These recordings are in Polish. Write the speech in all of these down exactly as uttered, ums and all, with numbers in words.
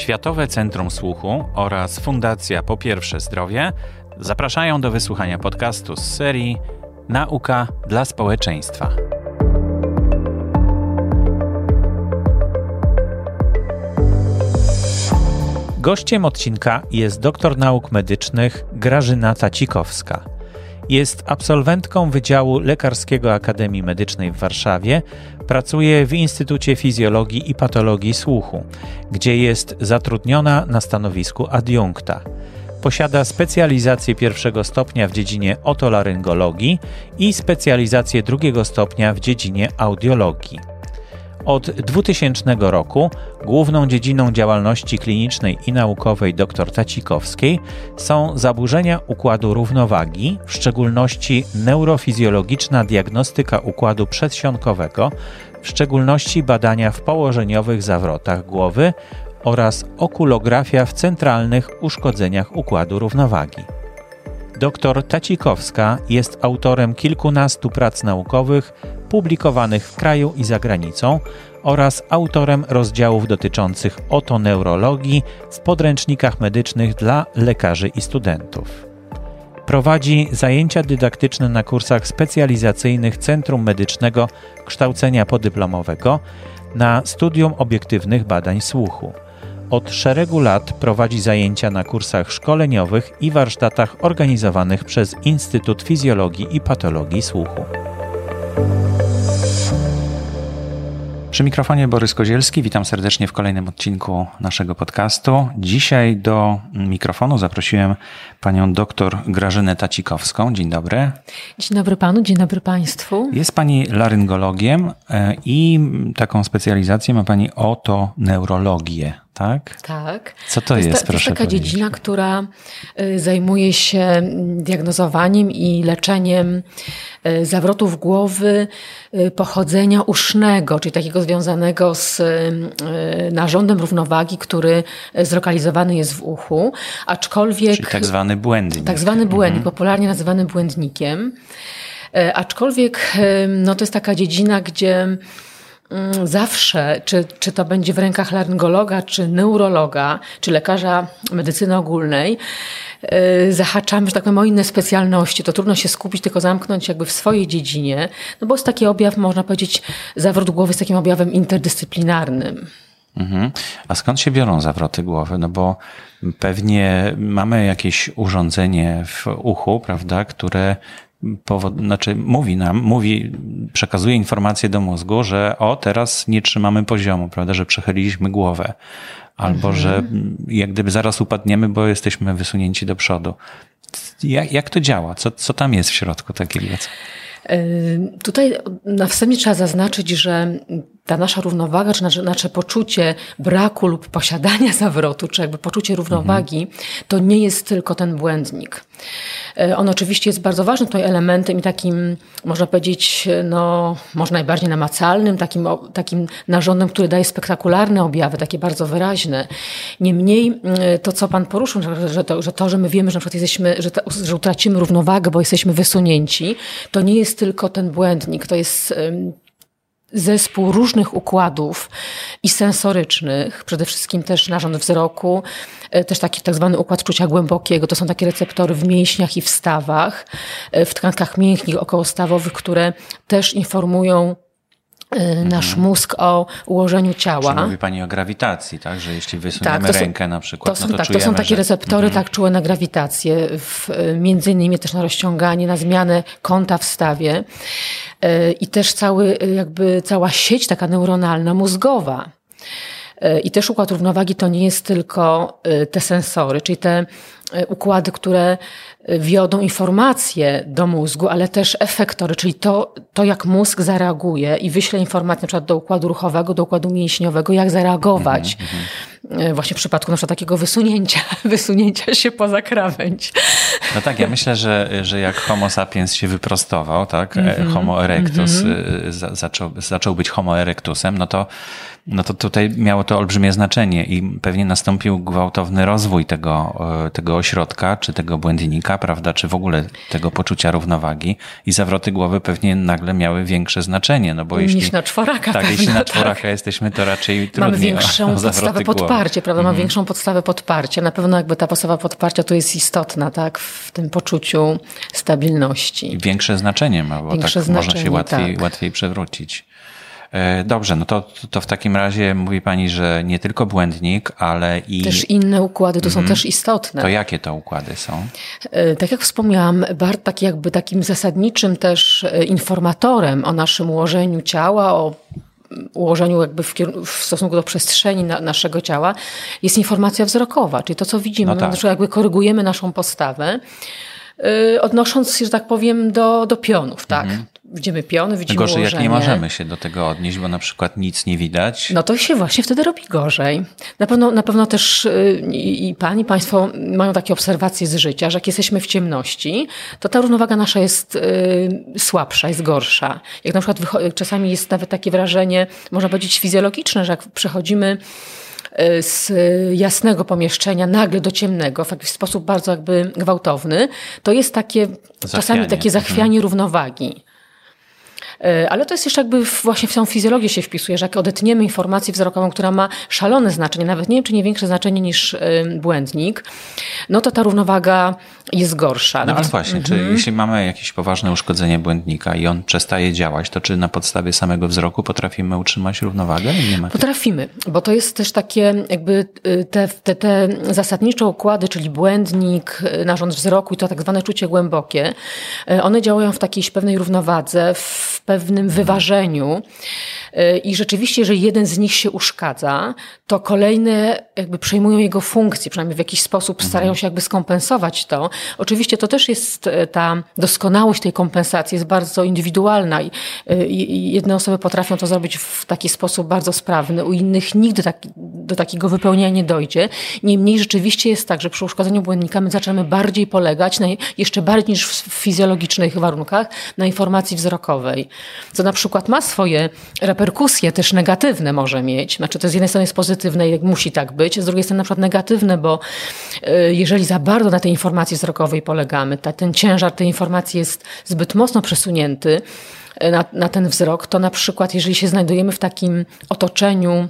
Światowe Centrum Słuchu oraz Fundacja Po Pierwsze Zdrowie zapraszają do wysłuchania podcastu z serii Nauka dla społeczeństwa. Gościem odcinka jest doktor nauk medycznych Grażyna Tacikowska. Jest absolwentką Wydziału Lekarskiego Akademii Medycznej w Warszawie, pracuje w Instytucie Fizjologii i Patologii Słuchu, gdzie jest zatrudniona na stanowisku adiunkta. Posiada specjalizację pierwszego stopnia w dziedzinie otolaryngologii i specjalizację drugiego stopnia w dziedzinie audiologii. Od dwutysięcznego roku główną dziedziną działalności klinicznej i naukowej dr Tacikowskiej są zaburzenia układu równowagi, w szczególności neurofizjologiczna diagnostyka układu przedsionkowego, w szczególności badania w położeniowych zawrotach głowy oraz okulografia w centralnych uszkodzeniach układu równowagi. Dr Tacikowska jest autorem kilkunastu prac naukowych publikowanych w kraju i za granicą oraz autorem rozdziałów dotyczących otoneurologii w podręcznikach medycznych dla lekarzy i studentów. Prowadzi zajęcia dydaktyczne na kursach specjalizacyjnych Centrum Medycznego Kształcenia Podyplomowego na Studium Obiektywnych Badań Słuchu. Od szeregu lat prowadzi zajęcia na kursach szkoleniowych i warsztatach organizowanych przez Instytut Fizjologii i Patologii Słuchu. Przy mikrofonie Borys Kozielski, witam serdecznie w kolejnym odcinku naszego podcastu. Dzisiaj do mikrofonu zaprosiłem panią dr Grażynę Tacikowską. Dzień dobry. Dzień dobry panu, dzień dobry państwu. Jest pani laryngologiem i taką specjalizację ma pani otoneurologię, tak? Tak. Co to, to jest, jest, proszę To jest taka powiedzieć? dziedzina, która zajmuje się diagnozowaniem i leczeniem zawrotów głowy pochodzenia usznego, czyli takiego związanego z narządem równowagi, który zlokalizowany jest w uchu, aczkolwiek... Czyli tak zwany błędnik. Tak zwany błędnik, mhm. popularnie nazywany błędnikiem. Aczkolwiek no, to jest taka dziedzina, gdzie zawsze, czy, czy to będzie w rękach laryngologa, czy neurologa, czy lekarza medycyny ogólnej, yy, zahaczamy, że tak powiem, o inne specjalności. To trudno się skupić, tylko zamknąć jakby w swojej dziedzinie, no bo jest taki objaw, można powiedzieć, zawrót głowy jest takim objawem interdyscyplinarnym. Mhm. A skąd się biorą zawroty głowy? No bo pewnie mamy jakieś urządzenie w uchu, prawda, które Powod, znaczy mówi nam, mówi, przekazuje informację do mózgu, że o, teraz nie trzymamy poziomu, prawda, że przechyliliśmy głowę. Albo, mhm. że jak gdyby zaraz upadniemy, bo jesteśmy wysunięci do przodu. Jak, jak to działa? Co, co tam jest w środku takiego? Tutaj na wstępie trzeba zaznaczyć, że ta nasza równowaga, czy nasze, nasze poczucie braku lub posiadania zawrotu, czy jakby poczucie równowagi, mhm. to nie jest tylko ten błędnik. On oczywiście jest bardzo ważnym tutaj elementem i takim, można powiedzieć, no, może najbardziej namacalnym, takim, takim narządem, który daje spektakularne objawy, takie bardzo wyraźne. Niemniej to, co pan poruszył, że to, że, to, że my wiemy, że na przykład jesteśmy, że, to, że utracimy równowagę, bo jesteśmy wysunięci, to nie jest tylko ten błędnik, to jest zespół różnych układów i sensorycznych, przede wszystkim też narząd wzroku, też taki tak zwany układ czucia głębokiego. To są takie receptory w mięśniach i w stawach, w tkankach miękkich okołostawowych, które też informują nasz mhm. mózg o ułożeniu ciała. Czyli mówi pani o grawitacji, tak? Że jeśli wysuniemy tak, są, rękę na przykład, to są, no to tak, czujemy, to są takie że... receptory mhm. tak czułe na grawitację, w, między innymi też na rozciąganie, na zmianę kąta w stawie yy, i też cały, jakby cała sieć taka neuronalna, mózgowa. Yy, I też układ równowagi to nie jest tylko yy, te sensory, czyli te yy, układy, które wiodą informacje do mózgu, ale też efektory, czyli to, to jak mózg zareaguje i wyśle informacje na przykład do układu ruchowego, do układu mięśniowego, jak zareagować. Mm-hmm. Właśnie w przypadku na przykład takiego wysunięcia, wysunięcia się poza krawędź. No tak, ja myślę, że, że jak Homo sapiens się wyprostował, tak, mm-hmm. Homo erectus mm-hmm. za, zaczął, zaczął być Homo erectusem, no to, no to tutaj miało to olbrzymie znaczenie i pewnie nastąpił gwałtowny rozwój tego, tego tego ośrodka, czy tego błędnika, prawda, czy w ogóle tego poczucia równowagi i zawroty głowy pewnie nagle miały większe znaczenie, no bo Niż jeśli... na czworaka. Tak, pewno, jeśli na tak. czworaka jesteśmy, to raczej trudniej Mamy większą o, o podstawę podparcia, prawda, mm. mamy większą podstawę podparcia. Na pewno jakby ta podstawa podparcia tu jest istotna, tak, w tym poczuciu stabilności. I większe znaczenie ma, bo większe tak można się łatwiej, tak. łatwiej przewrócić. Dobrze, no to, to w takim razie mówi pani, że nie tylko błędnik, ale i... Też inne układy tu mm. są też istotne. To jakie to układy są? Tak jak wspomniałam, Bart tak jakby takim zasadniczym też informatorem o naszym ułożeniu ciała, o ułożeniu jakby w, w stosunku do przestrzeni na, naszego ciała jest informacja wzrokowa, czyli to, co widzimy, no tak. Znaczy jakby korygujemy naszą postawę, yy, odnosząc się, że tak powiem, do, do pionów, tak? Mhm. Widzimy piony, widzimy gorzej, ułożenie. Jak nie możemy się do tego odnieść, bo na przykład nic nie widać. No to się właśnie wtedy robi gorzej. Na pewno, na pewno też yy, i pani, i państwo mają takie obserwacje z życia, że jak jesteśmy w ciemności, to ta równowaga nasza jest yy, słabsza, jest gorsza. Jak na przykład wycho- czasami jest nawet takie wrażenie, można powiedzieć fizjologiczne, że jak przechodzimy z jasnego pomieszczenia nagle do ciemnego, w jakiś sposób bardzo jakby gwałtowny, to jest takie zachwianie. Czasami takie zachwianie mhm. równowagi. Ale to jest jeszcze jakby właśnie w tą fizjologię się wpisuje, że jak odetniemy informację wzrokową, która ma szalone znaczenie, nawet nie wiem, czy nie większe znaczenie niż błędnik, no to ta równowaga jest gorsza. No nawet... ale właśnie, mm-hmm. czy jeśli mamy jakieś poważne uszkodzenie błędnika i on przestaje działać, to czy na podstawie samego wzroku potrafimy utrzymać równowagę? Nie ma Potrafimy, bo to jest też takie jakby te, te, te zasadnicze układy, czyli błędnik, narząd wzroku i to tak zwane czucie głębokie, one działają w takiej pewnej równowadze, w pewnym wyważeniu i rzeczywiście, jeżeli jeden z nich się uszkadza, to kolejne jakby przejmują jego funkcję, przynajmniej w jakiś sposób starają się jakby skompensować to. Oczywiście to też jest ta doskonałość tej kompensacji jest bardzo indywidualna i, i jedne osoby potrafią to zrobić w taki sposób bardzo sprawny, u innych nigdy tak, do takiego wypełnienia nie dojdzie. Niemniej rzeczywiście jest tak, że przy uszkodzeniu błędnika my zaczynamy bardziej polegać, na, jeszcze bardziej niż w fizjologicznych warunkach, na informacji wzrokowej. Co na przykład ma swoje reperkusje też negatywne może mieć. Znaczy to z jednej strony jest pozytywne i musi tak być, z drugiej strony na przykład negatywne, bo y, jeżeli za bardzo na tej informacji wzrokowej polegamy, ta, ten ciężar tej informacji jest zbyt mocno przesunięty y, na, na ten wzrok, to na przykład jeżeli się znajdujemy w takim otoczeniu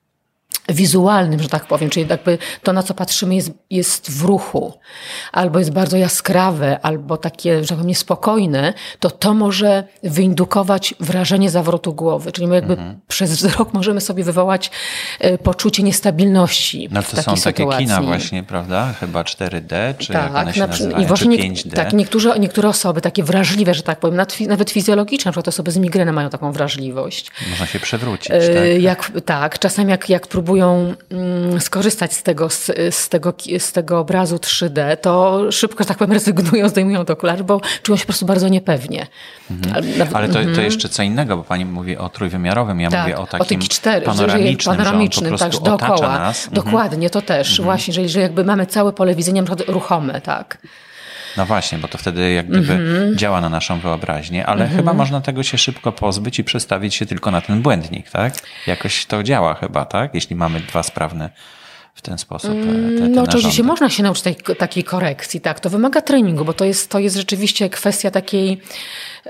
wizualnym, że tak powiem, czyli jakby to, na co patrzymy jest, jest w ruchu, albo jest bardzo jaskrawe, albo takie, że tak powiem, niespokojne, to to może wyindukować wrażenie zawrotu głowy. Czyli my jakby mhm. przez wzrok możemy sobie wywołać e, poczucie niestabilności no w to takiej są takie sytuacji. kina właśnie, prawda? Chyba cztery D, czy tak, jak one się na, nazywają, i właśnie czy nie, pięć D. Tak, niektóre, niektóre osoby takie wrażliwe, że tak powiem, nawet fizjologiczne, na przykład osoby z migreną mają taką wrażliwość. Można się przewrócić, e, tak? Jak, tak, czasami jak, jak próbują skorzystać z tego, z, z, tego, z tego obrazu trzy D, to szybko, że tak powiem, rezygnują, zdejmują to okulary, bo czują się po prostu bardzo niepewnie. Mhm. Nawet, ale to, mhm. to jeszcze co innego, bo pani mówi o trójwymiarowym, ja tak, mówię o takim o cztery, panoramicznym, panoramicznym, że on po tak, dookoła. nas. Dokładnie, to też. Mhm. Właśnie, że, że jakby mamy całe pole widzenia na przykład ruchome, tak. No właśnie, bo to wtedy jak gdyby mm-hmm. działa na naszą wyobraźnię, ale mm-hmm. chyba można tego się szybko pozbyć i przestawić się tylko na ten błędnik, tak? Jakoś to działa chyba, tak? Jeśli mamy dwa sprawne w ten sposób te, te No oczywiście narządy. można się nauczyć tej, takiej korekcji, tak? To wymaga treningu, bo to jest, to jest rzeczywiście kwestia takiej yy,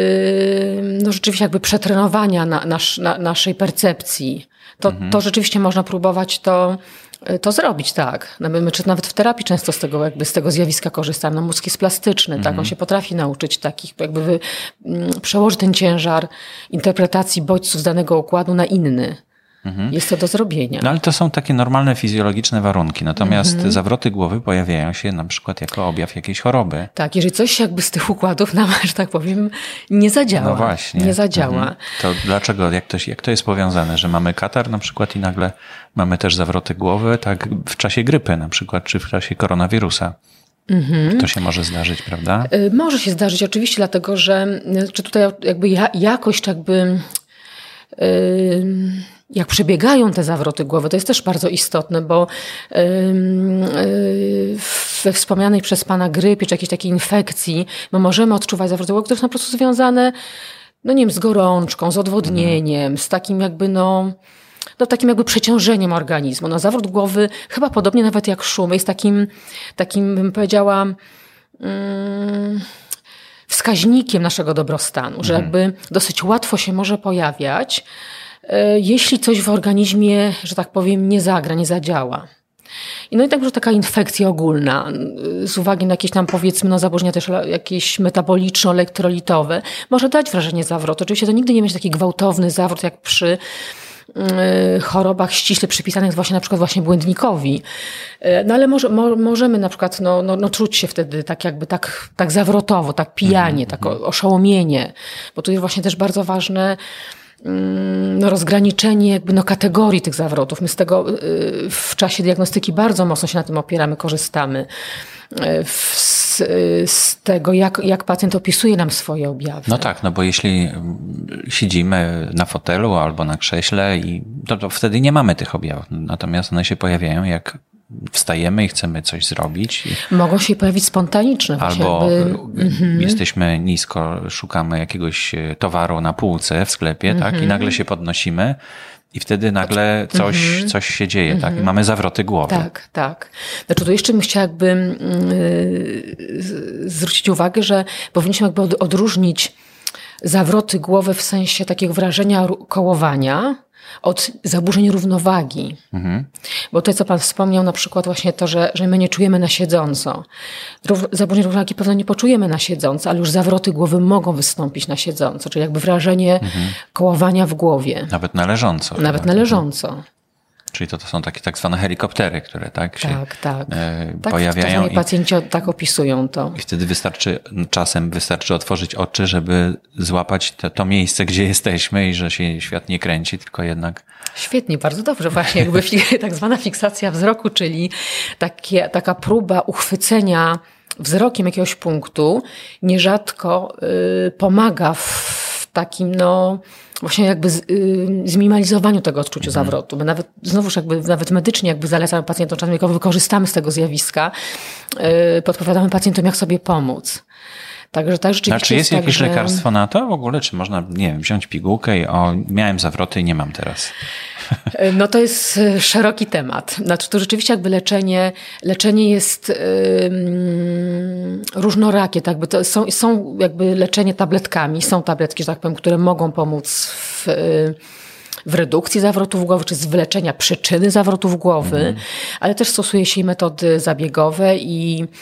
no rzeczywiście jakby przetrenowania na, nasz, na, naszej percepcji. To, mm-hmm. to rzeczywiście można próbować to To zrobić, tak. My czy nawet w terapii często z tego, jakby z tego zjawiska korzystamy. No, mózg jest plastyczny, mm. tak. On się potrafi nauczyć takich, jakby wy, m, przełożyć ten ciężar interpretacji bodźców z danego układu na inny. Mm-hmm. Jest to do zrobienia. No ale to są takie normalne fizjologiczne warunki. Natomiast mm-hmm. zawroty głowy pojawiają się na przykład jako objaw jakiejś choroby. Tak, jeżeli coś jakby z tych układów nam, że tak powiem, nie zadziała. No właśnie. Nie zadziała. Mm-hmm. To dlaczego, jak to, jak to jest powiązane, że mamy katar na przykład i nagle mamy też zawroty głowy, tak w czasie grypy na przykład, czy w czasie koronawirusa? Mm-hmm. To się może zdarzyć, prawda? Y, może się zdarzyć oczywiście, dlatego że czy tutaj jakby ja, jakość jakby... Y, jak przebiegają te zawroty głowy, to jest też bardzo istotne, bo yy, yy, we wspomnianej przez pana grypie, czy jakiejś takiej infekcji, my możemy odczuwać zawroty głowy, które są po prostu związane, no nie wiem, z gorączką, z odwodnieniem, mm. z takim jakby no no, takim jakby przeciążeniem organizmu. No, zawrót głowy, chyba podobnie nawet jak szum, jest takim, takim bym powiedziała, mm, wskaźnikiem naszego dobrostanu, że jakby dosyć łatwo się może pojawiać, jeśli coś w organizmie, że tak powiem, nie zagra, nie zadziała. I no i tak, że taka infekcja ogólna, z uwagi na jakieś tam, powiedzmy, no zaburzenia też jakieś metaboliczno-elektrolitowe, może dać wrażenie zawrotu. Oczywiście to nigdy nie będzie taki gwałtowny zawrót, jak przy y, chorobach ściśle przypisanych właśnie na przykład właśnie błędnikowi. Y, no ale może, mo, możemy na przykład no, no, no czuć się wtedy tak jakby tak, tak zawrotowo, tak pijanie, mm-hmm. tak oszołomienie, bo tu jest właśnie też bardzo ważne no, rozgraniczenie jakby no, kategorii tych zawrotów. My z tego y, w czasie diagnostyki bardzo mocno się na tym opieramy, korzystamy y, z, y, z tego, jak, jak pacjent opisuje nam swoje objawy. No tak, no bo jeśli siedzimy na fotelu albo na krześle, i to, to wtedy nie mamy tych objawów. Natomiast one się pojawiają, jak wstajemy i chcemy coś zrobić. Mogą się pojawić spontaniczne. Albo jakby... jesteśmy nisko, szukamy jakiegoś towaru na półce w sklepie, mm-hmm. tak? I nagle się podnosimy i wtedy nagle coś, mm-hmm. coś się dzieje, mm-hmm. tak? I mamy zawroty głowy. Tak, tak. Znaczy tu jeszcze bym chciała jakby yy, zwrócić uwagę, że powinniśmy jakby odróżnić zawroty głowy w sensie takiego wrażenia kołowania od zaburzeń równowagi. Mhm. Bo to, co pan wspomniał, na przykład właśnie to, że, że my nie czujemy na siedząco. Zaburzeń równowagi pewno nie poczujemy na siedząco, ale już zawroty głowy mogą wystąpić na siedząco, czyli jakby wrażenie mhm. kołowania w głowie. Nawet na leżąco. Nawet na leżąco. Czyli to, to są takie tak zwane helikoptery, które tak się tak, tak. E, tak, pojawiają. I pacjenci tak opisują to. I wtedy wystarczy, czasem wystarczy otworzyć oczy, żeby złapać to, to miejsce, gdzie jesteśmy i że się świat nie kręci, tylko jednak... Świetnie, bardzo dobrze. Właśnie jakby tak zwana fiksacja wzroku, czyli takie, taka próba uchwycenia wzrokiem jakiegoś punktu nierzadko y, pomaga w takim, no... właśnie jakby z, y, zminimalizowaniu tego odczucia mhm. zawrotu. My nawet, znowuż jakby, nawet medycznie jakby zalecamy pacjentom, czasem jak wykorzystamy z tego zjawiska, y, podpowiadamy pacjentom, jak sobie pomóc. Także tak rzeczywiście. A czy jest, jest jakieś tak, że... lekarstwo na to w ogóle? Czy można, nie wiem, wziąć pigułkę i o, miałem zawroty i nie mam teraz? No to jest szeroki temat. Znaczy to rzeczywiście jakby leczenie, leczenie jest yy, różnorakie. Tak jakby to są, są jakby leczenie tabletkami, są tabletki, że tak powiem, które mogą pomóc w, w redukcji zawrotów głowy, czy z wyleczenia przyczyny zawrotów głowy, mm. ale też stosuje się i metody zabiegowe i, yy,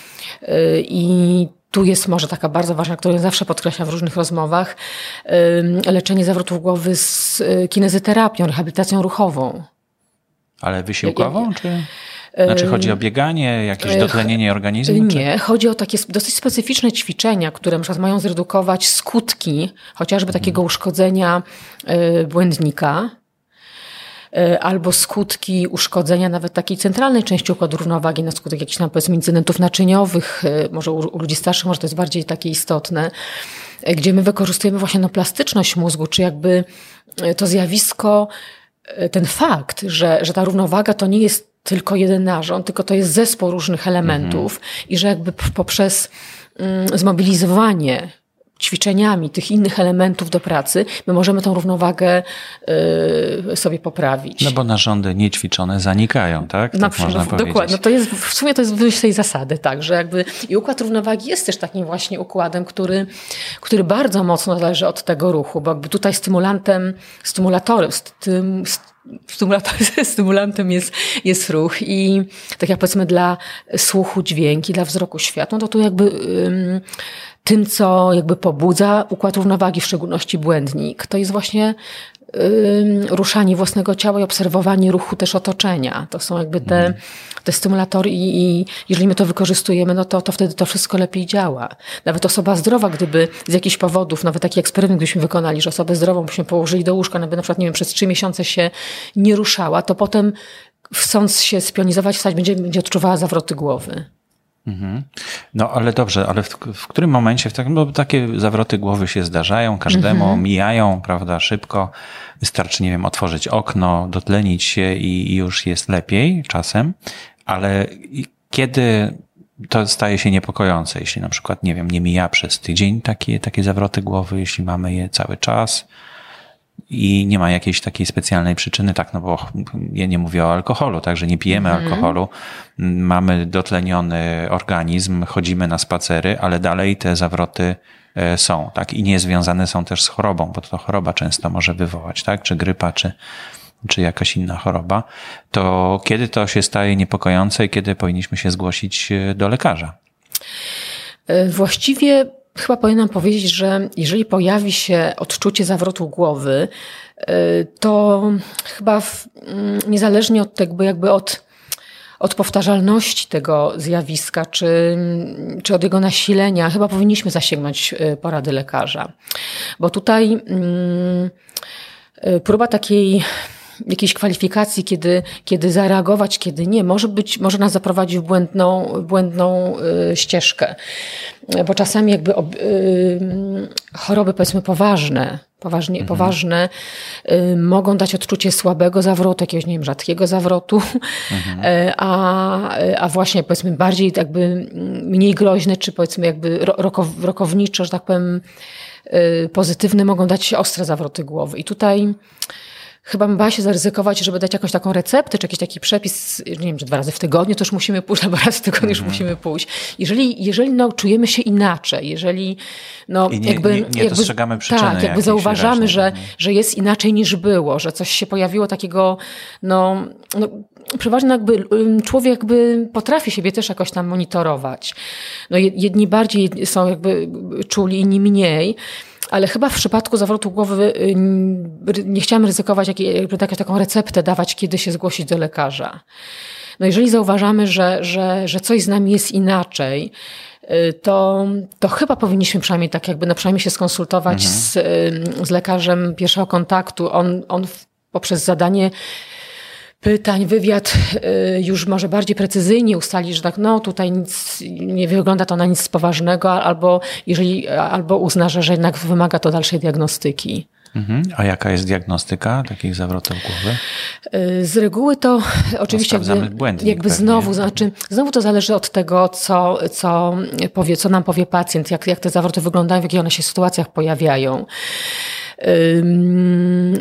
i tu jest może taka bardzo ważna, którą zawsze podkreślam w różnych rozmowach, leczenie zawrotów głowy z kinezyterapią, rehabilitacją ruchową. Ale wysiłkową? Czy, znaczy chodzi o bieganie, jakieś dotlenienie organizmu? Nie, czy? chodzi o takie dosyć specyficzne ćwiczenia, które na przykład mają zredukować skutki chociażby hmm. takiego uszkodzenia błędnika, albo skutki uszkodzenia nawet takiej centralnej części układu równowagi na skutek jakichś tam, powiedzmy, incydentów naczyniowych, może u, u ludzi starszych może to jest bardziej takie istotne, gdzie my wykorzystujemy właśnie no, plastyczność mózgu, czy jakby to zjawisko, ten fakt, że, że ta równowaga to nie jest tylko jeden narząd, tylko to jest zespół różnych elementów mhm. i że jakby poprzez mm, zmobilizowanie ćwiczeniami tych innych elementów do pracy, my możemy tą równowagę y, sobie poprawić. No bo narządy niećwiczone zanikają, tak? Tak Na można dokładnie. powiedzieć. No to jest, w sumie to jest wyjście z tej zasady, tak, że jakby i układ równowagi jest też takim właśnie układem, który, który bardzo mocno zależy od tego ruchu, bo jakby tutaj stymulantem, stymulatorem, stym, stymulatorem, stymulantem jest, jest ruch i tak jak powiedzmy dla słuchu dźwięki, dla wzroku światło, no to tu jakby ym, tym, co jakby pobudza układ równowagi, w szczególności błędnik, to jest właśnie y, ruszanie własnego ciała i obserwowanie ruchu też otoczenia. To są jakby te, te stymulatory i, i jeżeli my to wykorzystujemy, no to, to wtedy to wszystko lepiej działa. Nawet osoba zdrowa, gdyby z jakichś powodów, nawet taki eksperyment byśmy wykonali, że osobę zdrową byśmy położyli do łóżka, nawet na przykład, nie wiem, przez trzy miesiące się nie ruszała, to potem chcąc się spionizować, wstać, będzie, będzie odczuwała zawroty głowy. Mhm. No ale dobrze, ale w, w którym momencie, w takim, bo takie zawroty głowy się zdarzają, każdemu mhm. mijają, prawda, szybko. Wystarczy, nie wiem, otworzyć okno, dotlenić się i, i już jest lepiej czasem, ale kiedy to staje się niepokojące, jeśli na przykład, nie wiem, nie mija przez tydzień takie, takie zawroty głowy, jeśli mamy je cały czas, i nie ma jakiejś takiej specjalnej przyczyny, tak, no bo ja nie mówię o alkoholu, także nie pijemy mm. alkoholu, mamy dotleniony organizm, chodzimy na spacery, ale dalej te zawroty są, tak, i niezwiązane są też z chorobą, bo to choroba często może wywołać, tak, czy grypa, czy, czy jakaś inna choroba. To kiedy to się staje niepokojące i kiedy powinniśmy się zgłosić do lekarza? Właściwie chyba powinnam powiedzieć, że jeżeli pojawi się odczucie zawrotu głowy, to chyba w, niezależnie od tego, jakby od, od powtarzalności tego zjawiska, czy, czy od jego nasilenia, chyba powinniśmy zasięgnąć porady lekarza. Bo tutaj próba takiej jakiejś kwalifikacji, kiedy, kiedy zareagować, kiedy nie, może być, może nas zaprowadzić w błędną, błędną y, ścieżkę. Bo czasami jakby ob, y, choroby, powiedzmy, poważne, poważnie, mhm. poważne y, mogą dać odczucie słabego zawrotu, jakiegoś, nie wiem, rzadkiego zawrotu, mhm. y, a, a właśnie, powiedzmy, bardziej jakby mniej groźne, czy powiedzmy jakby rokow, rokownicze, że tak powiem, y, pozytywne mogą dać ostre zawroty głowy. I tutaj chyba bym bała się zaryzykować, żeby dać jakąś taką receptę, czy jakiś taki przepis, nie wiem, czy dwa razy w tygodniu to już musimy pójść, albo raz w tygodniu już mm. musimy pójść. Jeżeli, jeżeli no, czujemy się inaczej, jeżeli no, I nie, jakby, nie, nie jakby, dostrzegamy przyczyny. Tak, jakby zauważamy, że, że jest inaczej niż było, że coś się pojawiło takiego, no, no przeważnie jakby człowiek jakby potrafi siebie też jakoś tam monitorować. No, jedni bardziej są jakby czuli, inni mniej. Ale chyba w przypadku zawrotu głowy nie chciałam ryzykować jakby taką receptę dawać, kiedy się zgłosić do lekarza. No jeżeli zauważamy, że, że, że coś z nami jest inaczej, to, to chyba powinniśmy przynajmniej tak jakby, no przynajmniej się skonsultować mhm. z, z lekarzem pierwszego kontaktu. On, on poprzez zadanie pytań, wywiad już może bardziej precyzyjnie ustali, że tak, no tutaj nic, nie wygląda to na nic poważnego, albo jeżeli, albo uzna, że jednak wymaga to dalszej diagnostyki. Mhm. A jaka jest diagnostyka takich zawrotów głowy? Z reguły to oczywiście no, jakby, błędnik, jakby znowu, znaczy, znowu to zależy od tego, co, co, powie, co nam powie pacjent, jak, jak te zawroty wyglądają, w jakich one się sytuacjach pojawiają. Ym,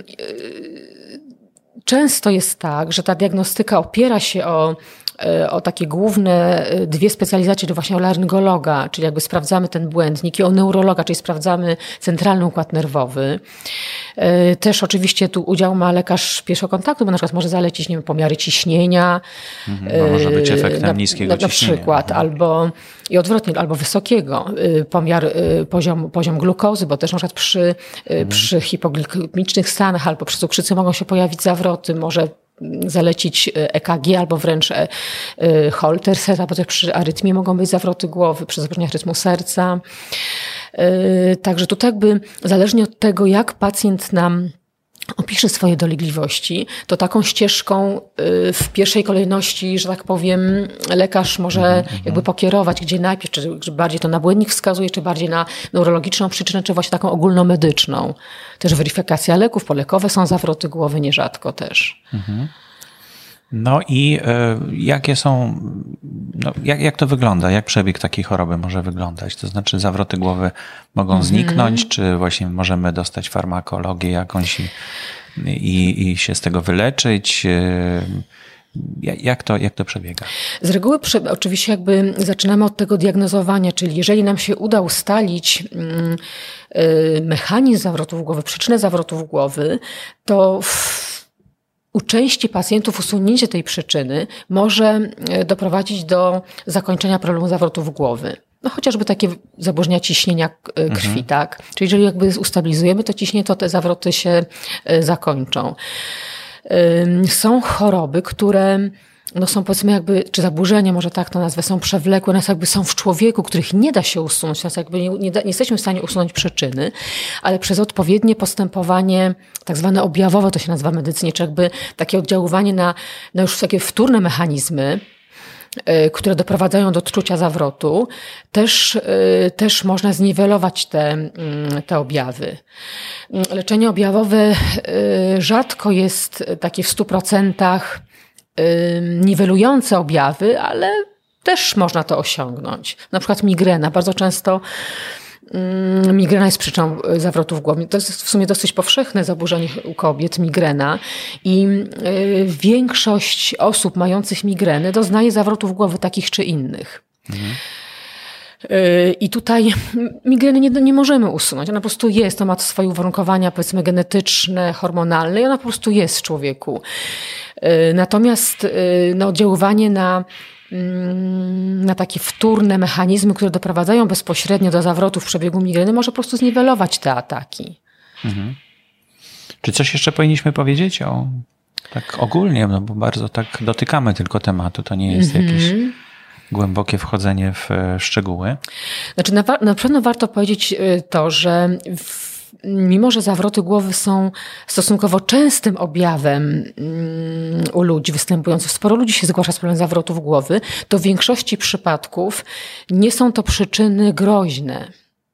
Często jest tak, że ta diagnostyka opiera się o, o takie główne dwie specjalizacje, czyli właśnie o laryngologa, czyli jakby sprawdzamy ten błędnik, i o neurologa, czyli sprawdzamy centralny układ nerwowy. Też oczywiście tu udział ma lekarz pierwszego kontaktu, bo na przykład może zalecić, nie wiem, pomiary ciśnienia. Mhm, bo może być efektem na, niskiego na, ciśnienia. Na przykład, mhm. albo i odwrotnie, albo wysokiego. Pomiar, poziom, poziom glukozy, bo też na przykład przy, mhm. przy hipoglikemicznych stanach albo przy cukrzycy mogą się pojawić zawroty, może zalecić E K G albo wręcz Holter serca, bo też przy arytmii mogą być zawroty głowy, przy zaburzeniach rytmu serca. Także tutaj jakby zależnie od tego, jak pacjent nam opisze swoje dolegliwości, to taką ścieżką w pierwszej kolejności, że tak powiem, lekarz może mm-hmm. jakby pokierować, gdzie najpierw, czy, czy bardziej to na błędnik wskazuje, czy bardziej na neurologiczną przyczynę, czy właśnie taką ogólnomedyczną. Też weryfikacja leków, polekowe są zawroty głowy nierzadko też. Mm-hmm. No i y, jakie są, no, jak, jak to wygląda? Jak przebieg takiej choroby może wyglądać? To znaczy zawroty głowy mogą mm-hmm. zniknąć, czy właśnie możemy dostać farmakologię jakąś i, i, i się z tego wyleczyć? Jak to, jak to przebiega? Z reguły prze, oczywiście jakby zaczynamy od tego diagnozowania, czyli jeżeli nam się uda ustalić yy, mechanizm zawrotów głowy, przyczynę zawrotów głowy, to w, u części pacjentów usunięcie tej przyczyny może doprowadzić do zakończenia problemu zawrotów głowy. No chociażby takie zaburzenia ciśnienia krwi, mhm. tak? Czyli jeżeli jakby ustabilizujemy to ciśnienie, to te zawroty się zakończą. Są choroby, które no są powiedzmy jakby, czy zaburzenia, może tak to nazwę, są przewlekłe, nas jakby są w człowieku, których nie da się usunąć, nas jakby nie, nie, da, nie jesteśmy w stanie usunąć przyczyny, ale przez odpowiednie postępowanie, tak zwane objawowe to się nazywa w medycynie, czy jakby takie oddziaływanie na, na już takie wtórne mechanizmy, które doprowadzają do odczucia zawrotu, też, też można zniwelować te, te objawy. Leczenie objawowe rzadko jest takie w stu procentach niwelujące objawy, ale też można to osiągnąć. Na przykład migrena. Bardzo często migrena jest przyczyną zawrotów głowy. To jest w sumie dosyć powszechne zaburzenie u kobiet, migrena. I większość osób mających migrenę doznaje zawrotów głowy takich czy innych. Mhm. I tutaj migreny nie, nie możemy usunąć. Ona po prostu jest, to ma swoje uwarunkowania, powiedzmy, genetyczne, hormonalne i ona po prostu jest w człowieku. Natomiast no, oddziaływanie na, na takie wtórne mechanizmy, które doprowadzają bezpośrednio do zawrotów w przebiegu migreny, może po prostu zniwelować te ataki. Mhm. Czy coś jeszcze powinniśmy powiedzieć o tak ogólnie, no bo bardzo tak dotykamy tylko tematu, to nie jest mhm. jakieś głębokie wchodzenie w szczegóły. Znaczy na, na pewno warto powiedzieć to, że w, mimo, że zawroty głowy są stosunkowo częstym objawem um, u ludzi występujących, sporo ludzi się zgłasza z problemem zawrotów głowy, to w większości przypadków nie są to przyczyny groźne.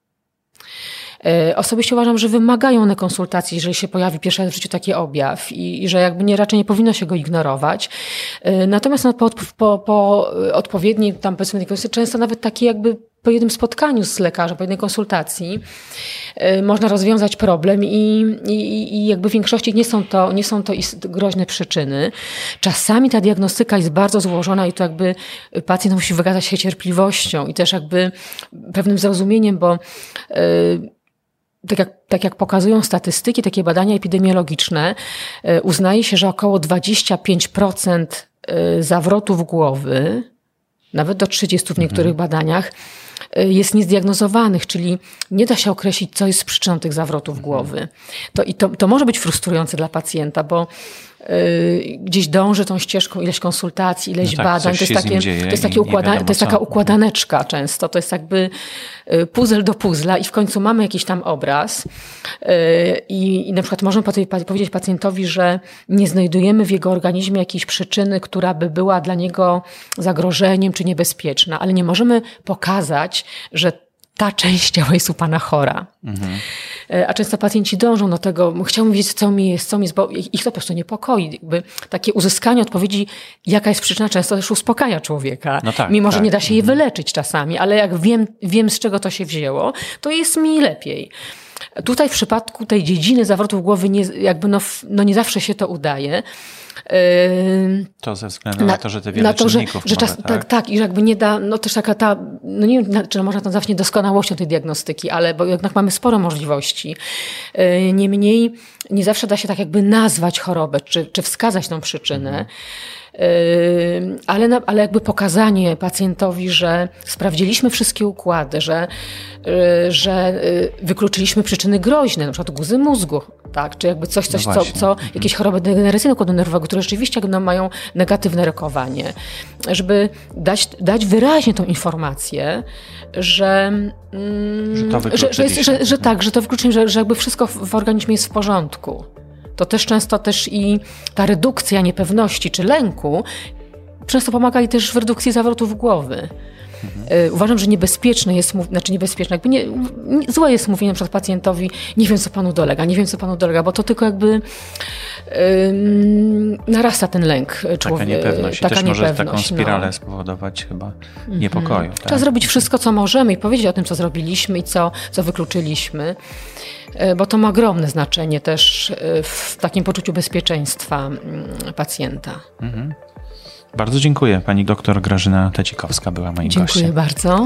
Osobiście uważam, że wymagają one konsultacji, jeżeli się pojawi pierwszy raz w życiu taki objaw i, i że jakby nie, raczej nie powinno się go ignorować. Natomiast no, po, po, po odpowiedniej tam powiedzmy często nawet takie jakby po jednym spotkaniu z lekarzem, po jednej konsultacji y, można rozwiązać problem i, i, i jakby w większości nie są to, nie są to groźne przyczyny. Czasami ta diagnostyka jest bardzo złożona i to jakby pacjent musi wykazać się cierpliwością i też jakby pewnym zrozumieniem, bo y, Tak jak, tak jak pokazują statystyki, takie badania epidemiologiczne, uznaje się, że około dwadzieścia pięć procent zawrotów głowy, nawet do trzydziestu procent w niektórych mhm. badaniach, jest niezdiagnozowanych, czyli nie da się określić, co jest przyczyną tych zawrotów mhm. głowy. To, i to, to może być frustrujące dla pacjenta, bo gdzieś dąży tą ścieżką ileś konsultacji, ileś no tak, badań. To jest, takie, to, jest takie układa, to jest taka układaneczka często. To jest jakby puzzle do puzzla i w końcu mamy jakiś tam obraz i, i na przykład możemy powiedzieć pacjentowi, że nie znajdujemy w jego organizmie jakiejś przyczyny, która by była dla niego zagrożeniem czy niebezpieczna, ale nie możemy pokazać, że ta część ciała jest u pana chora. Mhm. A często pacjenci dążą do tego, chciałbym wiedzieć, co mi jest, co mi jest, bo ich to po prostu niepokoi. Jakby takie uzyskanie odpowiedzi, jaka jest przyczyna, często też uspokaja człowieka. No tak, mimo, tak. że nie da się jej wyleczyć czasami, ale jak wiem, wiem, z czego to się wzięło, to jest mi lepiej. Tutaj w przypadku tej dziedziny zawrotów głowy nie, jakby no, no nie zawsze się to udaje. To ze względu na, na to, że te wiele to, czynników że, że czas, może, tak? tak, tak, i że jakby nie da, no też taka ta, no nie wiem, czy można to nazwać niedoskonałością tej diagnostyki, ale bo jednak mamy sporo możliwości. Niemniej nie zawsze da się tak jakby nazwać chorobę, czy, czy wskazać tą przyczynę. Mhm. Ale, ale jakby pokazanie pacjentowi, że sprawdziliśmy wszystkie układy, że, że wykluczyliśmy przyczyny groźne, na przykład guzy mózgu, tak? Czy jakby coś, coś no co, co jakieś choroby degeneracyjne układu nerwowego, które rzeczywiście no, mają negatywne rokowanie, żeby dać, dać wyraźnie tą informację, że, że, to że, że, jest, że, że tak, że to wykluczyliśmy, że, że jakby wszystko w, w organizmie jest w porządku. To też często też i ta redukcja niepewności czy lęku często pomaga i też w redukcji zawrotów głowy. Mhm. Uważam, że niebezpieczne jest, znaczy niebezpieczne, jakby nie, nie, złe jest mówienie na przykład pacjentowi, nie wiem, co panu dolega, nie wiem, co panu dolega, bo to tylko jakby um, narasta ten lęk człowieka. Taka niepewność. Taka też niepewność, może taką spiralę no. spowodować chyba niepokoju. Mhm. Tak? Trzeba zrobić wszystko, co możemy i powiedzieć o tym, co zrobiliśmy i co, co wykluczyliśmy, bo to ma ogromne znaczenie też w takim poczuciu bezpieczeństwa pacjenta. Mhm. Bardzo dziękuję. Pani doktor Grażyna Tacikowska była moim dziękuję gościem. Dziękuję bardzo.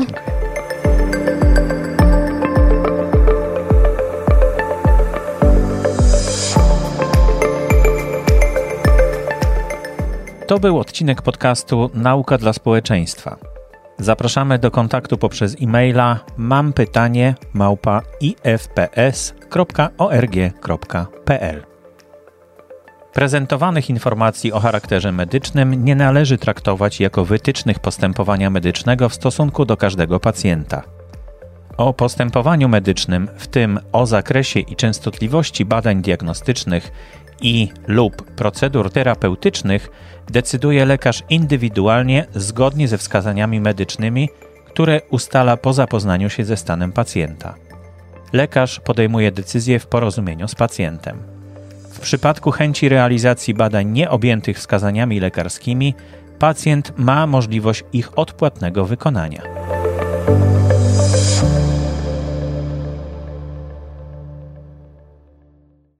To był odcinek podcastu Nauka dla społeczeństwa. Zapraszamy do kontaktu poprzez e-maila mam pytanie małpa i f p s kropka org kropka p l. Prezentowanych informacji o charakterze medycznym nie należy traktować jako wytycznych postępowania medycznego w stosunku do każdego pacjenta. O postępowaniu medycznym, w tym o zakresie i częstotliwości badań diagnostycznych i lub procedur terapeutycznych decyduje lekarz indywidualnie zgodnie ze wskazaniami medycznymi, które ustala po zapoznaniu się ze stanem pacjenta. Lekarz podejmuje decyzję w porozumieniu z pacjentem. W przypadku chęci realizacji badań nieobjętych wskazaniami lekarskimi, pacjent ma możliwość ich odpłatnego wykonania.